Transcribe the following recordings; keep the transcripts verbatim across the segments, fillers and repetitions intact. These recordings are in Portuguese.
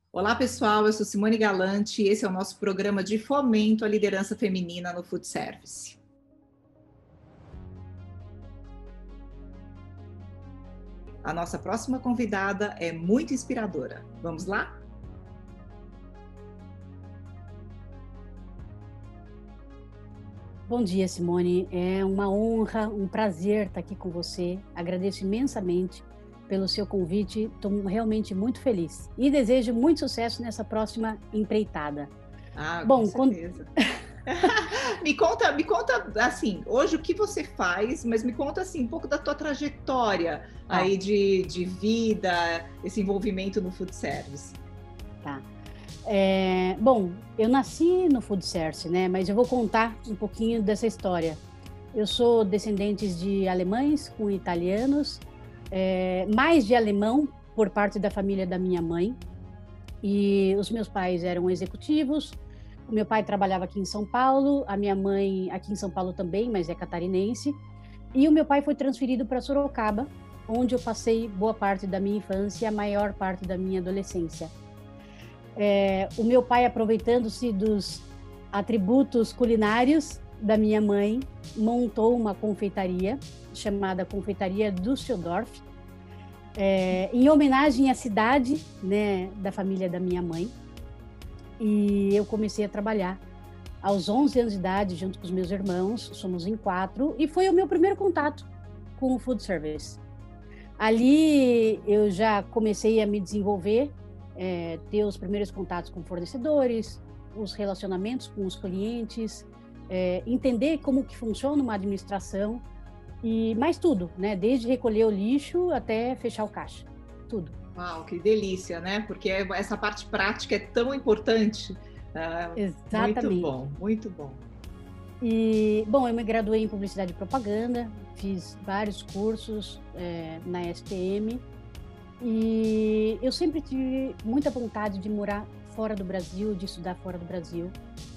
Olá, pessoal. Eu sou Simone Galante e esse é o nosso programa de fomento à liderança feminina no Food Service. A nossa próxima convidada é muito inspiradora. Vamos lá? Bom dia, Simone. É uma honra, um prazer estar aqui com você. Agradeço imensamente pelo seu convite. Estou realmente muito feliz e desejo muito sucesso nessa próxima empreitada. Ah, com Bom, quando... certeza. me conta, me conta assim, hoje o que você faz, mas me conta assim um pouco da tua trajetória Tá, aí de, de vida, esse envolvimento no Food Service. tá. É, bom, eu nasci no Food Service, né? Mas eu vou contar um pouquinho dessa história. Eu sou descendente de alemães com italianos, é, mais de alemão por parte da família da minha mãe. E os meus pais eram executivos. O meu pai trabalhava aqui em São Paulo, a minha mãe aqui em São Paulo também, mas é catarinense. E o meu pai foi transferido para Sorocaba, onde eu passei boa parte da minha infância e a maior parte da minha adolescência. É, o meu pai, aproveitando-se dos atributos culinários da minha mãe, montou uma confeitaria chamada Confeitaria Düsseldorf, é, em homenagem à cidade, né, da família da minha mãe. E eu comecei a trabalhar aos onze anos de idade, junto com os meus irmãos, somos em quatro, e foi o meu primeiro contato com o food service. Ali eu já comecei a me desenvolver, é, ter os primeiros contatos com fornecedores, os relacionamentos com os clientes, é, entender como que funciona uma administração, e mais tudo, né? Desde recolher o lixo até fechar o caixa, tudo. Uau, que delícia, né? Porque essa parte prática é tão importante. Ah, muito Exatamente. bom, muito bom. E, bom, eu me graduei em Publicidade e Propaganda, fiz vários cursos é, na S P M, e eu sempre tive muita vontade de morar fora do Brasil, de estudar fora do Brasil.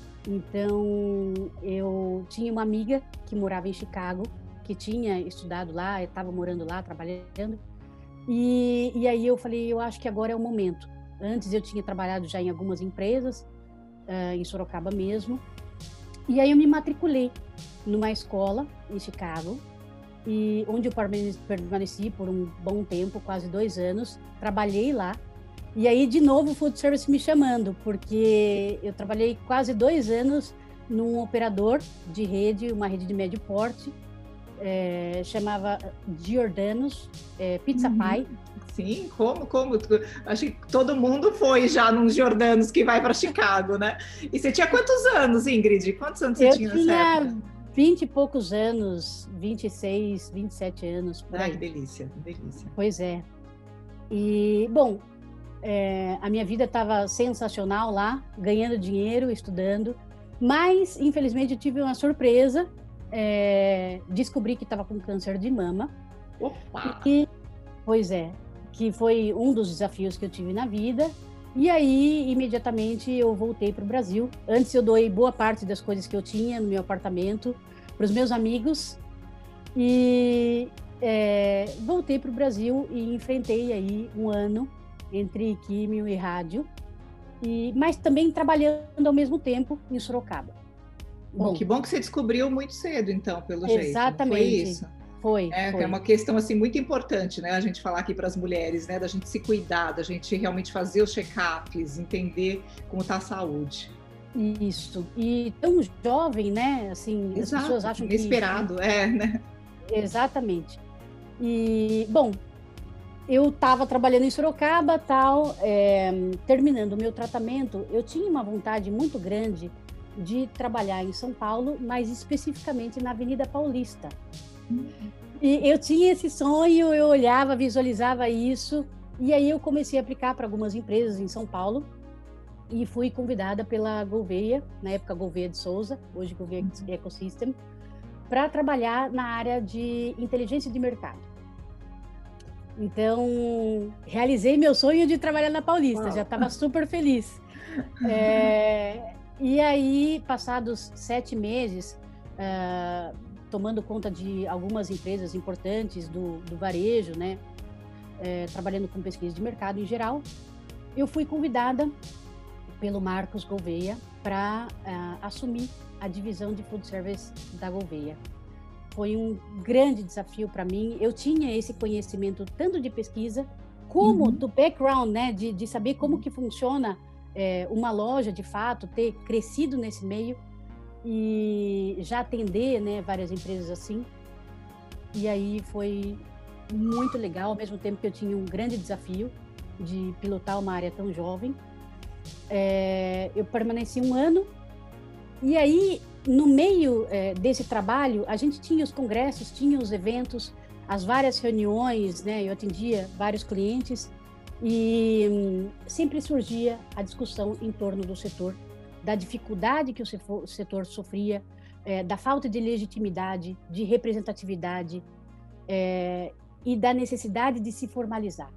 Então, eu tinha uma amiga que morava em Chicago, que tinha estudado lá, estava morando lá, trabalhando, e, e aí eu falei, eu acho que agora é o momento. Antes eu tinha trabalhado já em algumas empresas, uh, em Sorocaba mesmo, e aí eu me matriculei numa escola em Chicago, e onde eu permaneci por um bom tempo, quase dois anos, trabalhei lá. E aí, de novo, o Food Service me chamando, porque eu trabalhei quase dois anos num operador de rede, uma rede de médio porte, é, chamava Giordano's é, Pizza Uhum. Pie. Sim, como, como? Acho que todo mundo foi já nos Jordanos que vai para Chicago, né? E você tinha quantos anos, Ingrid? Quantos anos você Eu tinha nessa época? tinha vinte e poucos anos, vinte e seis, vinte e sete anos, por Ai, aí. que delícia, delícia. Pois é. E, bom, é, a minha vida estava sensacional lá, ganhando dinheiro, estudando, mas, infelizmente, eu tive uma surpresa, é, descobri que estava com câncer de mama. Opa! E, pois é, que foi um dos desafios que eu tive na vida. E aí, imediatamente, eu voltei para o Brasil. Antes, eu doei boa parte das coisas que eu tinha no meu apartamento para os meus amigos. E é, voltei para o Brasil e enfrentei aí um ano entre químio e rádio, e, mas também trabalhando ao mesmo tempo em Sorocaba. Bom, Bom, que bom que você descobriu muito cedo, então, pelo jeito, não foi exatamente, isso? foi, É, é foi. uma questão assim muito importante, né? A gente falar aqui para as mulheres, né? Da gente se cuidar, da gente realmente fazer os check-ups, entender como está a saúde. Isso. E tão jovem, né? Assim, as pessoas Exato, acham que... inesperado, é, né? Exatamente. E, bom, eu estava trabalhando em Sorocaba, tal, é, terminando o meu tratamento, eu tinha uma vontade muito grande de trabalhar em São Paulo, mas especificamente na Avenida Paulista. E eu tinha esse sonho, eu olhava, visualizava isso, e aí eu comecei a aplicar para algumas empresas em São Paulo, e fui convidada pela Gouveia, na época Gouveia de Souza, hoje Gouveia Ecosystem, para trabalhar na área de inteligência de mercado. Então, realizei meu sonho de trabalhar na Paulista, Uau. Já estava super feliz. É, e aí, passados sete meses, uh, tomando conta de algumas empresas importantes do, do varejo, né, é, trabalhando com pesquisa de mercado em geral, eu fui convidada pelo Marcos Gouveia para uh, assumir a divisão de food service da Gouveia. Foi um grande desafio para mim. Eu tinha esse conhecimento tanto de pesquisa como uhum. do background, né, de, de saber como que funciona é, uma loja de fato, ter crescido nesse meio e já atender, né, várias empresas assim. E aí foi muito legal, ao mesmo tempo que eu tinha um grande desafio de pilotar uma área tão jovem. É, eu permaneci um ano e aí, no meio é, desse trabalho, a gente tinha os congressos, tinha os eventos, as várias reuniões, né? Eu atendia vários clientes e hum, sempre surgia a discussão em torno do setor, da dificuldade que o setor sofria, é, da falta de legitimidade, de representatividade é, e da necessidade de se formalizar.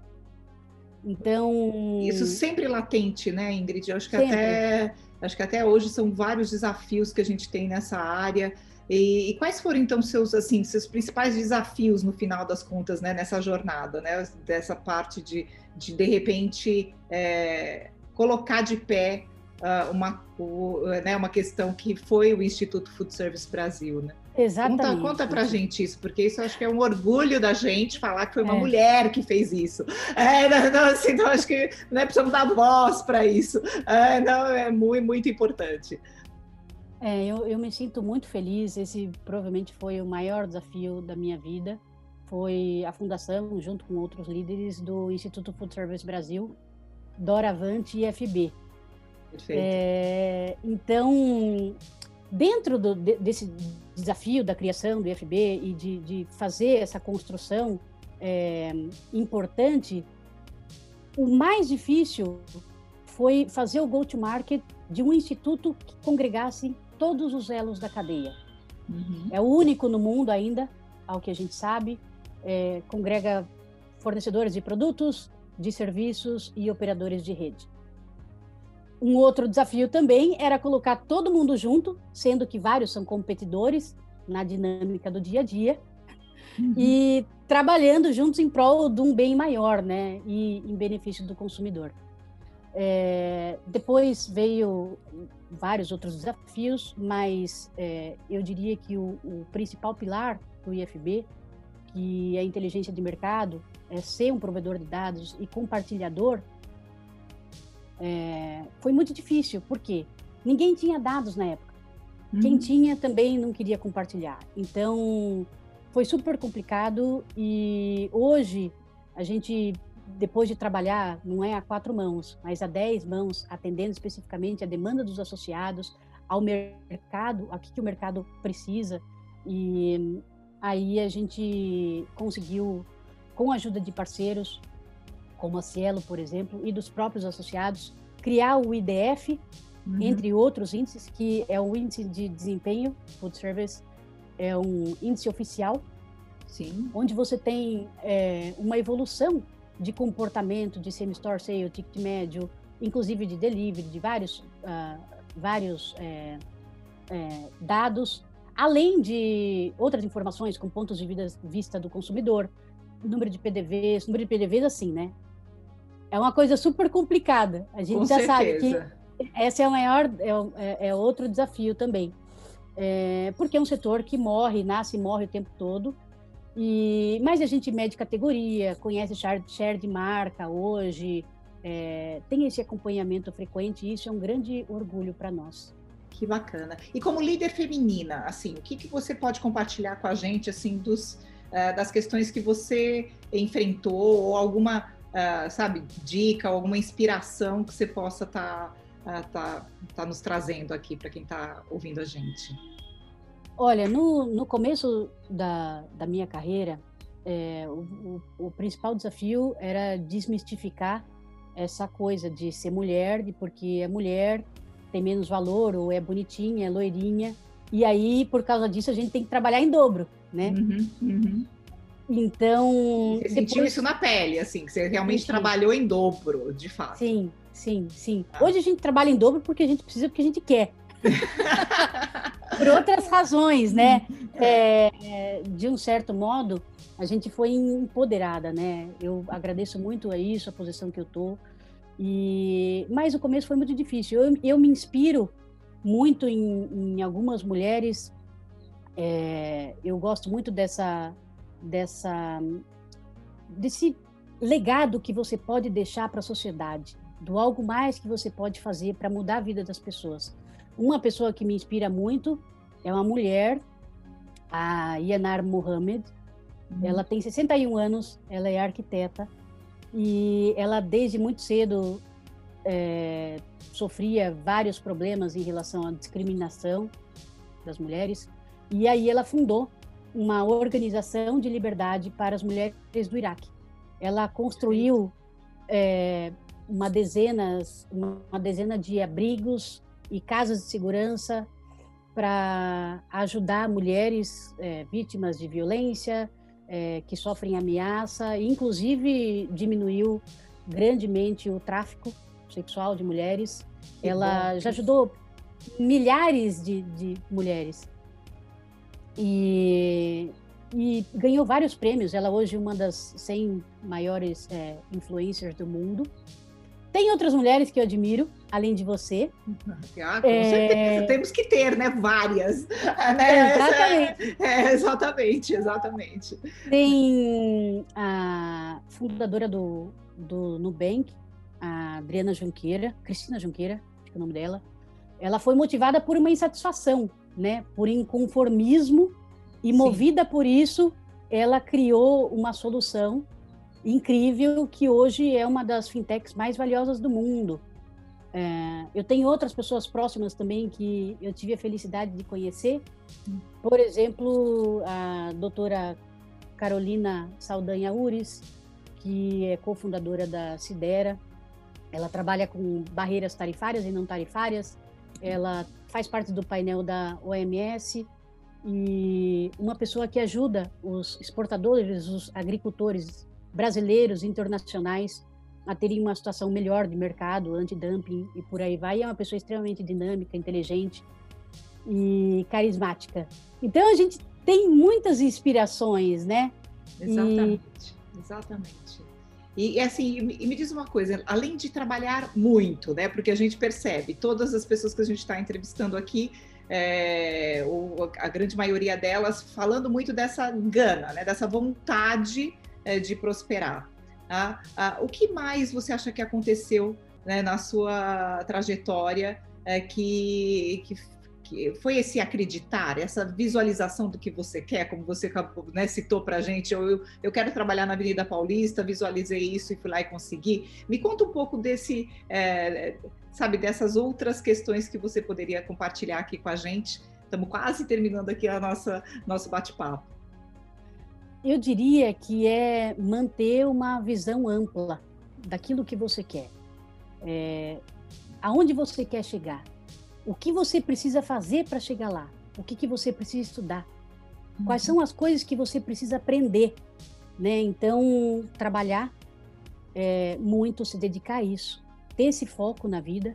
Então... Isso sempre latente, né, Ingrid? Eu acho que, sempre. até, acho que até hoje são vários desafios que a gente tem nessa área. E, e quais foram, então, seus, assim, seus principais desafios, no final das contas, né, nessa jornada, né, dessa parte de, de, de repente, é, colocar de pé uh, uma, o, né, uma questão que foi o Instituto Food Service Brasil, né? Exatamente. Conta, conta pra gente isso, porque isso eu acho que é um orgulho da gente falar que foi uma é. mulher que fez isso. É, não, não, assim, então acho que né, precisamos dar voz para isso. É, não, é muito, muito importante. É, eu, eu me sinto muito feliz. Esse provavelmente foi o maior desafio da minha vida. Foi a fundação, junto com outros líderes, do Instituto Food Service Brasil, Doravante e I F B. Perfeito. É, então, dentro do, desse desafio da criação do I F B e de, de fazer essa construção é, importante, o mais difícil foi fazer o go-to-market de um instituto que congregasse todos os elos da cadeia. Uhum. É o único no mundo ainda, ao que a gente sabe, é, congrega fornecedores de produtos, de serviços e operadores de rede. Um outro desafio também era colocar todo mundo junto, sendo que vários são competidores na dinâmica do dia a dia, uhum. e trabalhando juntos em prol de um bem maior, né, e em benefício do consumidor. É, depois veio vários outros desafios, mas é, eu diria que o, o principal pilar do I F B, que é a inteligência de mercado, é ser um provedor de dados e compartilhador, é, foi muito difícil, porque ninguém tinha dados na época. Uhum. Quem tinha também não queria compartilhar. Então, foi super complicado e hoje a gente, depois de trabalhar, não é a quatro mãos, mas a dez mãos, atendendo especificamente a demanda dos associados, ao mercado, a que, que o mercado precisa, e aí a gente conseguiu, com a ajuda de parceiros, como a Cielo, por exemplo, e dos próprios associados, criar o I D F, uhum. entre outros índices, que é o índice de desempenho, Food Service, é um índice oficial, sim. onde você tem é, uma evolução de comportamento, de same-store sale, ticket médio, inclusive de delivery, de vários, uh, vários é, é, dados, além de outras informações, com pontos de vista do consumidor, número de P D Vs, número de P D Vs assim, né? É uma coisa super complicada. A gente com já certeza. sabe que esse é o maior, é, é outro desafio também. É, porque é um setor que morre, nasce e morre o tempo todo. E, mas a gente mede categoria, conhece share, share de marca hoje, é, tem esse acompanhamento frequente e isso é um grande orgulho para nós. Que bacana. E como líder feminina, assim, o que, que você pode compartilhar com a gente, assim, dos, uh, das questões que você enfrentou ou alguma, uh, sabe, dica, alguma inspiração que você possa estar tá, uh, tá, tá nos trazendo aqui para quem está ouvindo a gente? Olha, no, no começo da, da minha carreira, é, o, o, o principal desafio era desmistificar essa coisa de ser mulher, de porque é mulher, tem menos valor, ou é bonitinha, é loirinha, e aí, por causa disso, a gente tem que trabalhar em dobro, né? Uhum, uhum. Então... Você depois... sentiu isso na pele, assim, que você realmente Senti. Trabalhou em dobro, de fato. Sim, sim, sim. Ah. Hoje a gente trabalha em dobro porque a gente precisa, porque a gente quer. Por outras razões, né? É, de um certo modo, a gente foi empoderada, né? Eu agradeço muito a isso, a posição que eu tô. E, mas o começo foi muito difícil. Eu, eu me inspiro muito em, em algumas mulheres. É, eu gosto muito dessa, dessa, desse legado que você pode deixar para a sociedade, do algo mais que você pode fazer para mudar a vida das pessoas. Uma pessoa que me inspira muito é uma mulher, a Yanar Mohamed. Uhum. Ela tem sessenta e um anos, ela é arquiteta, e ela desde muito cedo é, sofria vários problemas em relação à discriminação das mulheres, e aí ela fundou uma organização de liberdade para as mulheres do Iraque. Ela construiu é, uma, dezena, uma dezena de abrigos e casas de segurança para ajudar mulheres é, vítimas de violência, é, que sofrem ameaça, e inclusive diminuiu grandemente o tráfico sexual de mulheres. Que Ela bom. já ajudou milhares de, de mulheres. E, e ganhou vários prêmios. Ela hoje é uma das cem maiores é, influencers do mundo. Tem outras mulheres que eu admiro, além de você. Ah, com é... certeza, temos que ter, né? Várias. Né? Exatamente. É, exatamente, exatamente. Tem a fundadora do, do Nubank, a Adriana Junqueira, Cristina Junqueira, acho que é o nome dela. Ela foi motivada por uma insatisfação, né? Por inconformismo, e movida Sim. por isso, ela criou uma solução incrível, que hoje é uma das fintechs mais valiosas do mundo. É, eu tenho outras pessoas próximas também que eu tive a felicidade de conhecer. Por exemplo, a doutora Carolina Saldanha Ures, que é cofundadora da Sidera. Ela trabalha com barreiras tarifárias e não tarifárias. Ela faz parte do painel da O M S, e uma pessoa que ajuda os exportadores, os agricultores brasileiros, internacionais, a terem uma situação melhor de mercado, anti-dumping e por aí vai. É uma pessoa extremamente dinâmica, inteligente e carismática. Então a gente tem muitas inspirações, né? Exatamente, e... exatamente. E, e assim, e me diz uma coisa, além de trabalhar muito, né? Porque a gente percebe, todas as pessoas que a gente está entrevistando aqui, é, ou a grande maioria delas, falando muito dessa gana, né? Dessa vontade de prosperar. Tá? Ah, o que mais você acha que aconteceu, né, na sua trajetória é, que, que, que foi esse acreditar, essa visualização do que você quer, como você, né, citou para a gente, eu, eu quero trabalhar na Avenida Paulista, visualizei isso e fui lá e consegui. Me conta um pouco desse, é, sabe, dessas outras questões que você poderia compartilhar aqui com a gente. Estamos quase terminando aqui a nossa, nosso bate-papo. Eu diria que é manter uma visão ampla daquilo que você quer. É, aonde você quer chegar? O que você precisa fazer para chegar lá? O que, que você precisa estudar? Uhum. Quais são as coisas que você precisa aprender? Né? Então, trabalhar é, muito, se dedicar a isso, ter esse foco na vida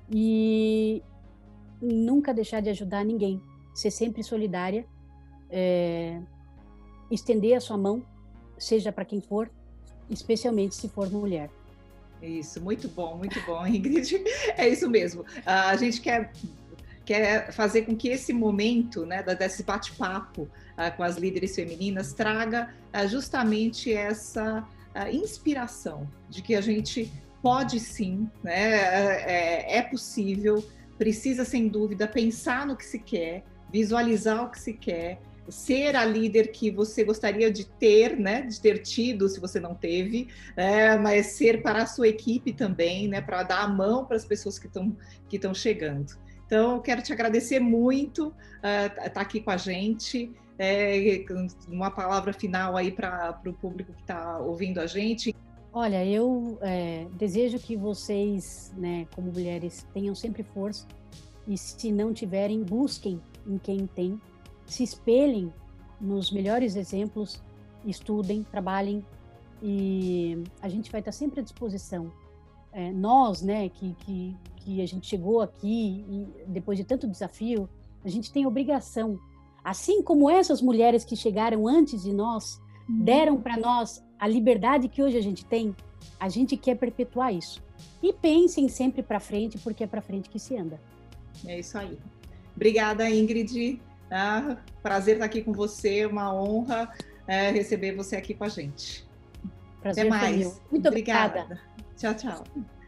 e nunca deixar de ajudar ninguém. Ser sempre solidária, é, estender a sua mão, seja para quem for, especialmente se for mulher. Isso, muito bom, muito bom, Ingrid. É isso mesmo. A gente quer, quer fazer com que esse momento, né, desse bate-papo uh, com as líderes femininas traga uh, justamente essa uh, inspiração de que a gente pode sim, né, é, é possível, precisa sem dúvida pensar no que se quer, visualizar o que se quer, ser a líder que você gostaria de ter, né, de ter tido, se você não teve, né, mas ser para a sua equipe também, né, para dar a mão para as pessoas que estão que estão chegando. Então, eu quero te agradecer muito uh, estar aqui com a gente, é, uma palavra final aí para o público que está ouvindo a gente. Olha, eu é, desejo que vocês, né, como mulheres, tenham sempre força, e se não tiverem, busquem em quem tem, se espelhem nos melhores exemplos, estudem, trabalhem, e a gente vai estar sempre à disposição. É, nós, né, que, que, que a gente chegou aqui e depois de tanto desafio, a gente tem obrigação, assim como essas mulheres que chegaram antes de nós, deram para nós a liberdade que hoje a gente tem, a gente quer perpetuar isso. E pensem sempre para frente, porque é para frente que se anda. É isso aí. Obrigada, Ingrid. Ah, prazer estar aqui com você, uma honra é, receber você aqui com a gente. Prazer Até mais. foi meu. Muito obrigada. Obrigada. Tchau, tchau.